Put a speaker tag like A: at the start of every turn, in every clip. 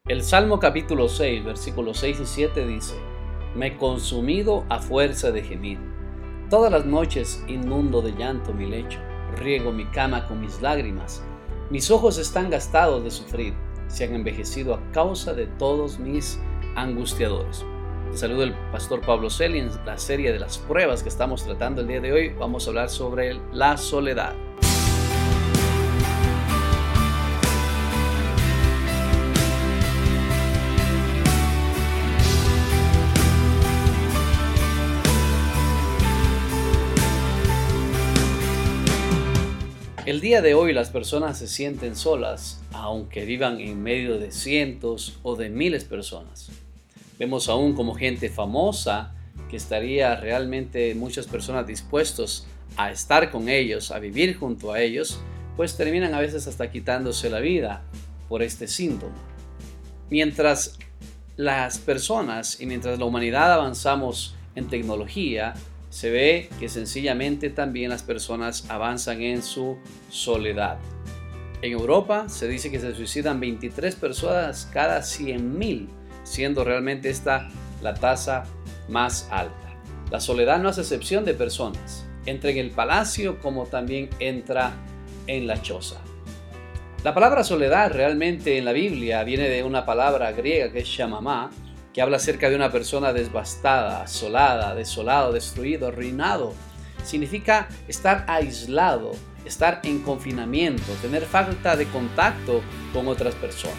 A: El Salmo capítulo 6, versículos 6 y 7 dice: Me he consumido a fuerza de gemir. Todas las noches inundo de llanto mi lecho, riego mi cama con mis lágrimas. Mis ojos están gastados de sufrir, se han envejecido a causa de todos mis angustiadores. Te saludo el pastor Pablo Celi. En la serie de las pruebas que estamos tratando el día de hoy, vamos a hablar sobre la soledad. El día de hoy las personas se sienten solas, aunque vivan en medio de cientos o de miles de personas. Vemos aún como gente famosa que estaría realmente muchas personas dispuestos a estar con ellos, a vivir junto a ellos, pues terminan a veces hasta quitándose la vida por este síntoma. Mientras las personas y mientras la humanidad avanzamos en tecnología, se ve que sencillamente también las personas avanzan en su soledad. En Europa se dice que se suicidan 23 personas cada 100,000, siendo realmente esta la tasa más alta. La soledad no hace excepción de personas. Entra en el palacio como también entra en la choza. La palabra soledad realmente en la Biblia viene de una palabra griega que es shamamá, que habla acerca de una persona devastada, asolada, desolado, destruido, arruinado. Significa estar aislado, estar en confinamiento, tener falta de contacto con otras personas.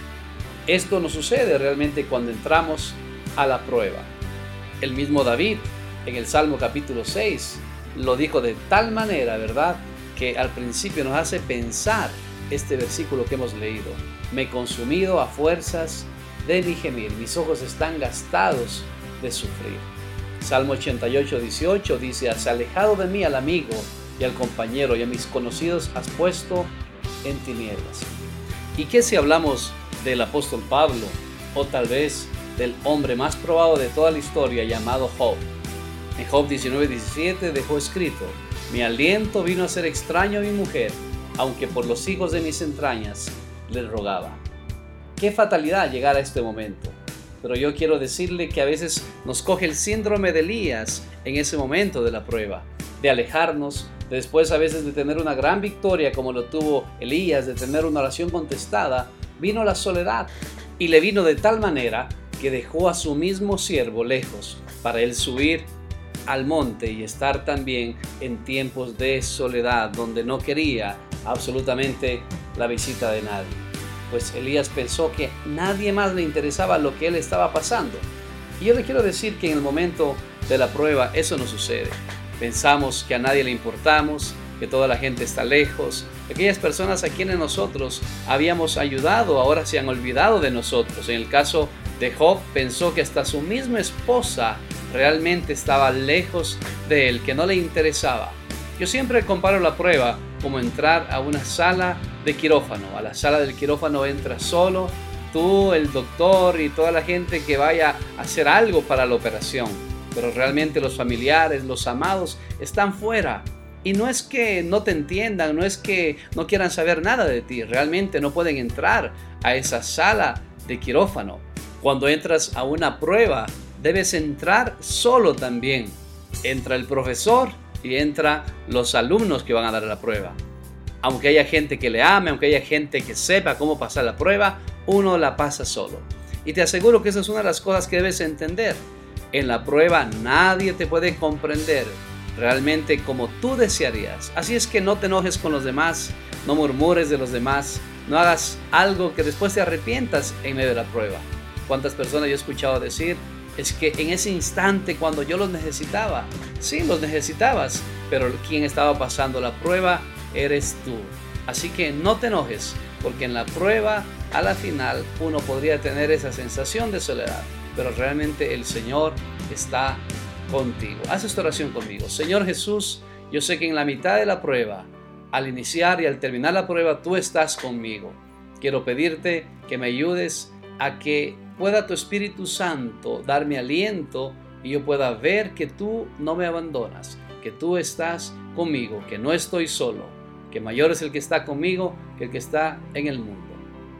A: Esto nos sucede realmente cuando entramos a la prueba. El mismo David, en el Salmo capítulo 6, lo dijo de tal manera, ¿verdad?, que al principio nos hace pensar este versículo que hemos leído. Me he consumido a fuerzas de mi gemir, mis ojos están gastados de sufrir. Salmo 88, 18 dice: Has alejado de mí al amigo y al compañero, y a mis conocidos has puesto en tinieblas. ¿Y qué si hablamos del apóstol Pablo, o tal vez del hombre más probado de toda la historia llamado Job? En Job 19, 17 dejó escrito: Mi aliento vino a ser extraño a mi mujer, aunque por los hijos de mis entrañas le rogaba. Qué fatalidad llegar a este momento, pero yo quiero decirle que a veces nos coge el síndrome de Elías en ese momento de la prueba, de alejarnos, después a veces de tener una gran victoria como lo tuvo Elías, de tener una oración contestada, vino la soledad, y le vino de tal manera que dejó a su mismo siervo lejos para él subir al monte y estar también en tiempos de soledad, donde no quería absolutamente la visita de nadie. Pues Elías pensó que nadie más le interesaba lo que él estaba pasando. Y yo le quiero decir que en el momento de la prueba eso no sucede. Pensamos que a nadie le importamos, que toda la gente está lejos. Aquellas personas a quienes nosotros habíamos ayudado ahora se han olvidado de nosotros. En el caso de Job, pensó que hasta su misma esposa realmente estaba lejos de él, que no le interesaba. Yo siempre comparo la prueba como entrar a una sala de quirófano. A la sala del quirófano entras solo, tú, el doctor y toda la gente que vaya a hacer algo para la operación. Pero realmente los familiares, los amados están fuera. Y no es que no te entiendan, no es que no quieran saber nada de ti. Realmente no pueden entrar a esa sala de quirófano. Cuando entras a una prueba, debes entrar solo también. Entra el profesor y entra los alumnos que van a dar la prueba. Aunque haya gente que le ame, aunque haya gente que sepa cómo pasar la prueba, uno la pasa solo. Y te aseguro que esa es una de las cosas que debes entender. En la prueba nadie te puede comprender realmente como tú desearías. Así es que no te enojes con los demás, no murmures de los demás, no hagas algo que después te arrepientas en medio de la prueba. ¿Cuántas personas yo he escuchado decir? Es que en ese instante cuando yo los necesitaba, sí los necesitabas, pero quien estaba pasando la prueba eres tú. Así que no te enojes, porque en la prueba a la final uno podría tener esa sensación de soledad, pero realmente el Señor está contigo. Haz esta oración conmigo. Señor Jesús, yo sé que en la mitad de la prueba, al iniciar y al terminar la prueba, tú estás conmigo. Quiero pedirte que me ayudes a que pueda tu Espíritu Santo darme aliento y yo pueda ver que tú no me abandonas, que tú estás conmigo, que no estoy solo, que mayor es el que está conmigo que el que está en el mundo.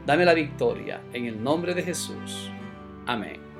A: Dame la victoria en el nombre de Jesús. Amén.